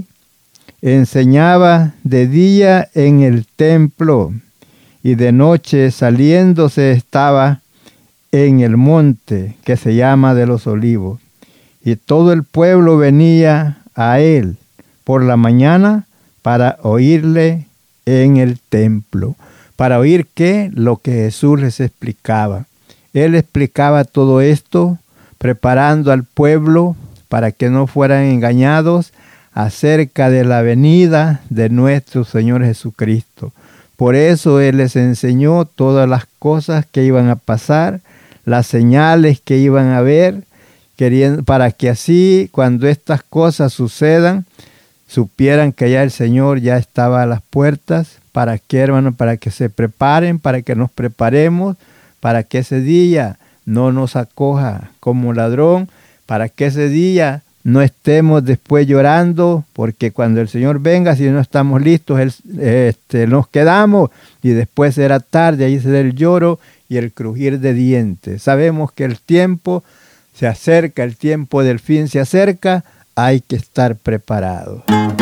enseñaba de día en el templo, y de noche saliéndose estaba en el monte que se llama de los Olivos. Y todo el pueblo venía a él por la mañana para oírle en el templo. ¿Para oír qué? Lo que Jesús les explicaba. Él explicaba todo esto, preparando al pueblo para que no fueran engañados acerca de la venida de nuestro Señor Jesucristo. Por eso Él les enseñó todas las cosas que iban a pasar, las señales que iban a ver, queriendo, para que así, cuando estas cosas sucedan, supieran que ya el Señor ya estaba a las puertas. ¿Para qué, hermano? Para que se preparen, para que nos preparemos, para que ese día no nos acoja como ladrón, para que ese día no estemos después llorando, porque cuando el Señor venga, si no estamos listos, él, este, nos quedamos y después será tarde, ahí será el lloro y el crujir de dientes. Sabemos que el tiempo se acerca, el tiempo del fin se acerca, hay que estar preparados.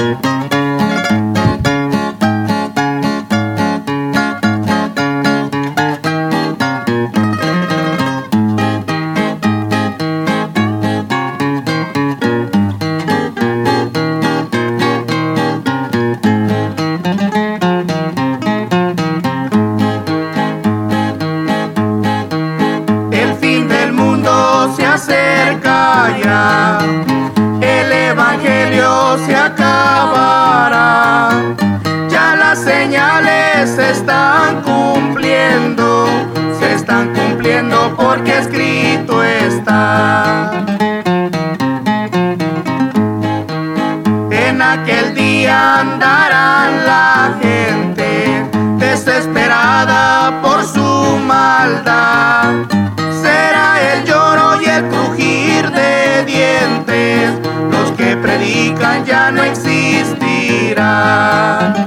El evangelio se acabará, ya las señales se están cumpliendo, se están cumpliendo porque escrito está. En aquel día andarán la gente desesperada por su maldad. Será el lloro y el crujir de dientes, los que predican ya no existirán.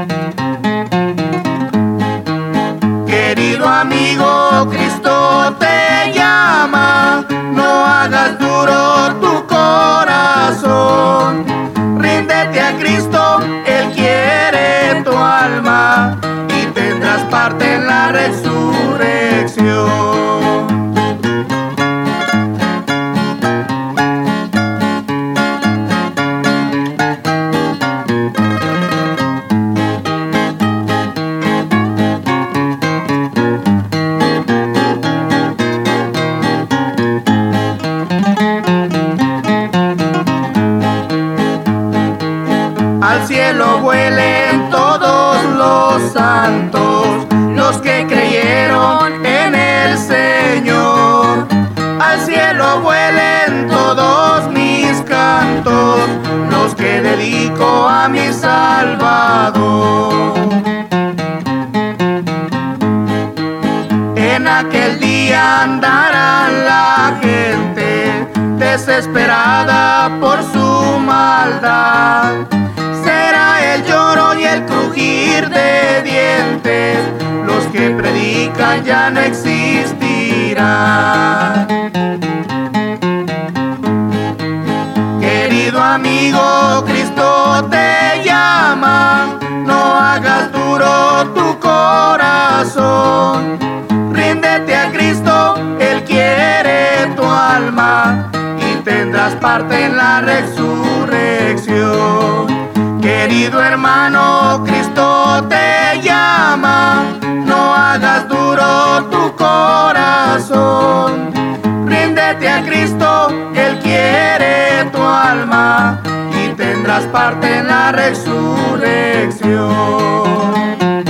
Querido amigo, Cristo te llama, no hagas duro tu corazón. Ríndete a Cristo, Él quiere tu alma y tendrás parte en la resurrección. Salvador. En aquel día andará la gente desesperada por su maldad. Será el lloro y el crujir de dientes, los que predican ya no existirán. Querido amigo, Cristo te llama, no hagas duro tu corazón. Ríndete a Cristo, Él quiere tu alma y tendrás parte en la resurrección. Querido hermano, Cristo te llama, no hagas duro tu corazón. Ríndete a Cristo, Él quiere tu alma y tendrás parte en la resurrección.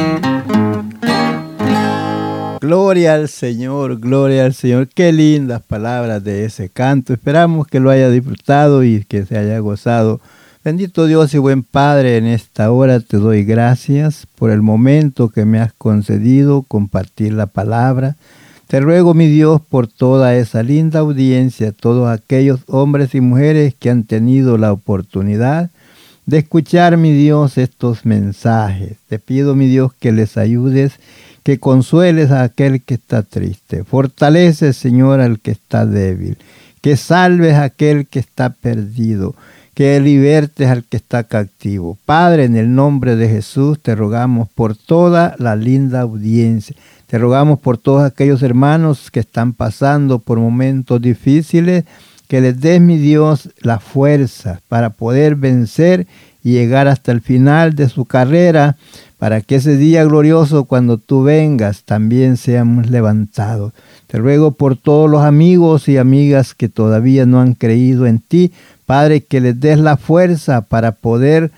Gloria al Señor, gloria al Señor. Qué lindas palabras de ese canto. Esperamos que lo haya disfrutado y que se haya gozado. Bendito Dios y buen Padre, en esta hora te doy gracias por el momento que me has concedido compartir la palabra. Te ruego, mi Dios, por toda esa linda audiencia, todos aquellos hombres y mujeres que han tenido la oportunidad de escuchar, mi Dios, estos mensajes. Te pido, mi Dios, que les ayudes, que consueles a aquel que está triste. Fortalece, Señor, al que está débil. Que salves a aquel que está perdido. Que libertes al que está cautivo. Padre, en el nombre de Jesús, te rogamos por toda la linda audiencia. Te rogamos por todos aquellos hermanos que están pasando por momentos difíciles, que les des, mi Dios, la fuerza para poder vencer y llegar hasta el final de su carrera, para que ese día glorioso, cuando tú vengas, también seamos levantados. Te ruego por todos los amigos y amigas que todavía no han creído en ti, Padre, que les des la fuerza para poder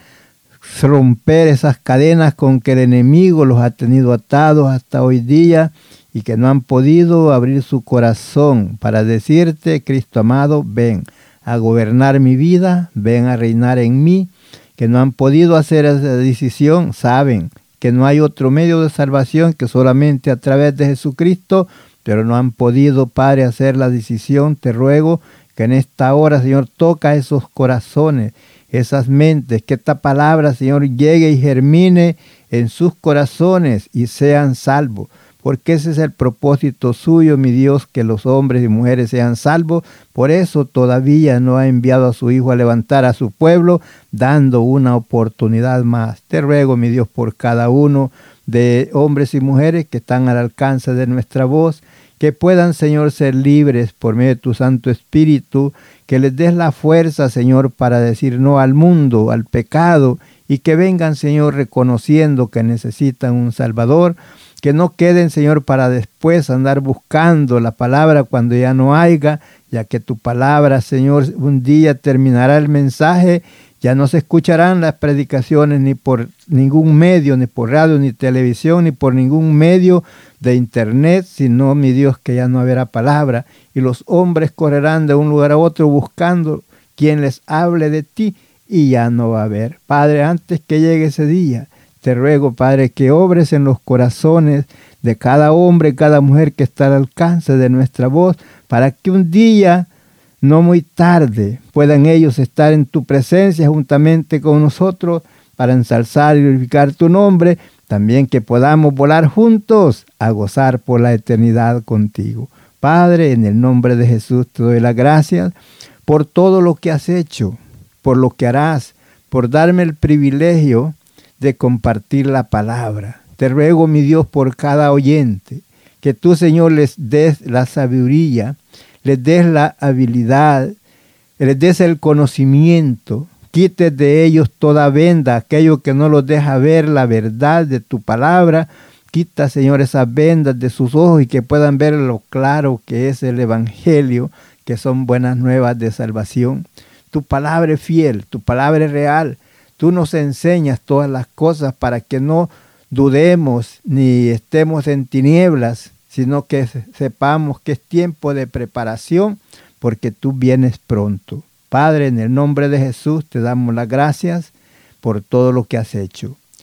romper esas cadenas con que el enemigo los ha tenido atados hasta hoy día y que no han podido abrir su corazón para decirte, Cristo amado, ven a gobernar mi vida, ven a reinar en mí, que no han podido hacer esa decisión, saben que no hay otro medio de salvación que solamente a través de Jesucristo, pero no han podido, Padre, hacer la decisión. Te ruego que en esta hora, Señor, toca esos corazones, esas mentes, que esta palabra, Señor, llegue y germine en sus corazones y sean salvos. Porque ese es el propósito suyo, mi Dios, que los hombres y mujeres sean salvos. Por eso todavía no ha enviado a su Hijo a levantar a su pueblo, dando una oportunidad más. Te ruego, mi Dios, por cada uno de hombres y mujeres que están al alcance de nuestra voz, que puedan, Señor, ser libres por medio de tu Santo Espíritu, que les des la fuerza, Señor, para decir no al mundo, al pecado, y que vengan, Señor, reconociendo que necesitan un Salvador, que no queden, Señor, para después andar buscando la palabra cuando ya no haya, ya que tu palabra, Señor, un día terminará el mensaje, ya no se escucharán las predicaciones ni por ningún medio, ni por radio, ni televisión, ni por ningún medio de internet, sino, mi Dios, que ya no habrá palabra, y los hombres correrán de un lugar a otro buscando quien les hable de ti, y ya no va a haber. Padre, antes que llegue ese día, te ruego, Padre, que obres en los corazones de cada hombre, cada mujer que está al alcance de nuestra voz, para que un día, no muy tarde, puedan ellos estar en tu presencia juntamente con nosotros para ensalzar y glorificar tu nombre, también que podamos volar juntos a gozar por la eternidad contigo. Padre, en el nombre de Jesús te doy las gracias por todo lo que has hecho, por lo que harás, por darme el privilegio de compartir la palabra. Te ruego, mi Dios, por cada oyente, que tú, Señor, les des la sabiduría, les des la habilidad, les des el conocimiento, quites de ellos toda venda, aquello que no los deja ver la verdad de tu palabra. Quita, Señor, esas vendas de sus ojos y que puedan ver lo claro que es el Evangelio, que son buenas nuevas de salvación. Tu palabra es fiel, tu palabra es real. Tú nos enseñas todas las cosas para que no dudemos ni estemos en tinieblas, sino que sepamos que es tiempo de preparación porque tú vienes pronto. Padre, en el nombre de Jesús te damos las gracias por todo lo que has hecho.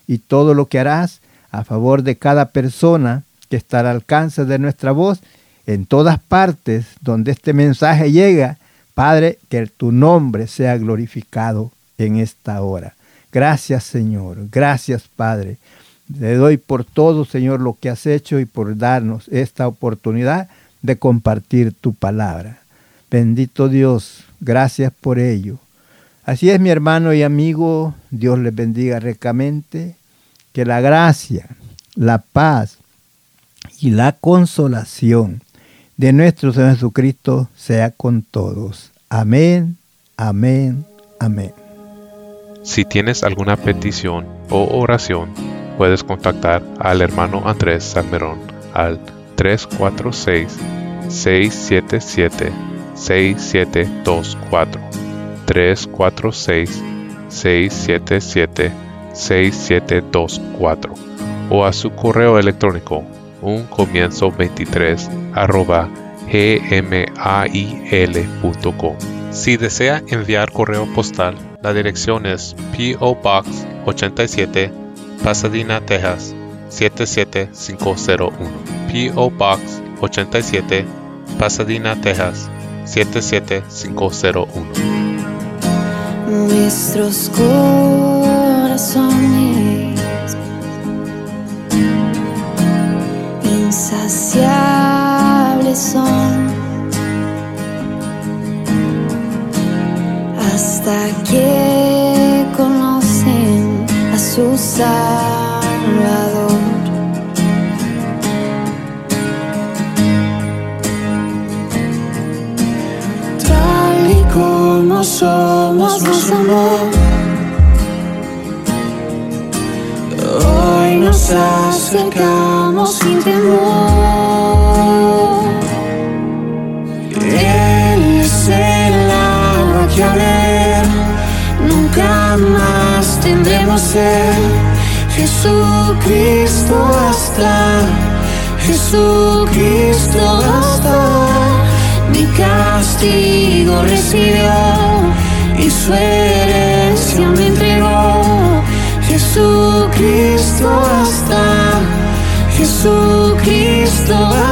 y todo lo que harás a favor de cada persona que está al alcance de nuestra voz, en todas partes donde este mensaje llega. Padre, que tu nombre sea glorificado en esta hora. Gracias, Señor. Gracias, Padre. Le doy por todo, Señor, lo que has hecho y por darnos esta oportunidad de compartir tu palabra. Bendito Dios, gracias por ello. Así es, mi hermano y amigo, Dios les bendiga ricamente. Que la gracia, la paz y la consolación de nuestro Señor Jesucristo sea con todos. Amén, amén, amén. Si tienes alguna petición o oración, puedes contactar al hermano Andrés Salmerón al tres cuatro seis, seis siete siete, seis siete dos cuatro, tres cuatro seis, seis siete siete, seis siete dos cuatro, o a su correo electrónico un comienzo veintitrés arroba gmail punto com. Si desea enviar correo postal, la dirección es P O Box ochenta y siete, Pasadena, Texas siete siete cinco cero uno. P O Box ochenta y siete, Pasadena, Texas siete siete cinco cero uno. Nuestros corazones insaciables son hasta que conocen a su Salvador. Tal y como somos, nos amó. Hoy nos acercamos sin temor. Él es el agua que a ver nunca más tendremos sed. Jesucristo basta, Jesucristo basta. Mi castigo recibió y su herencia me entregó. Jesucristo basta, Jesucristo basta.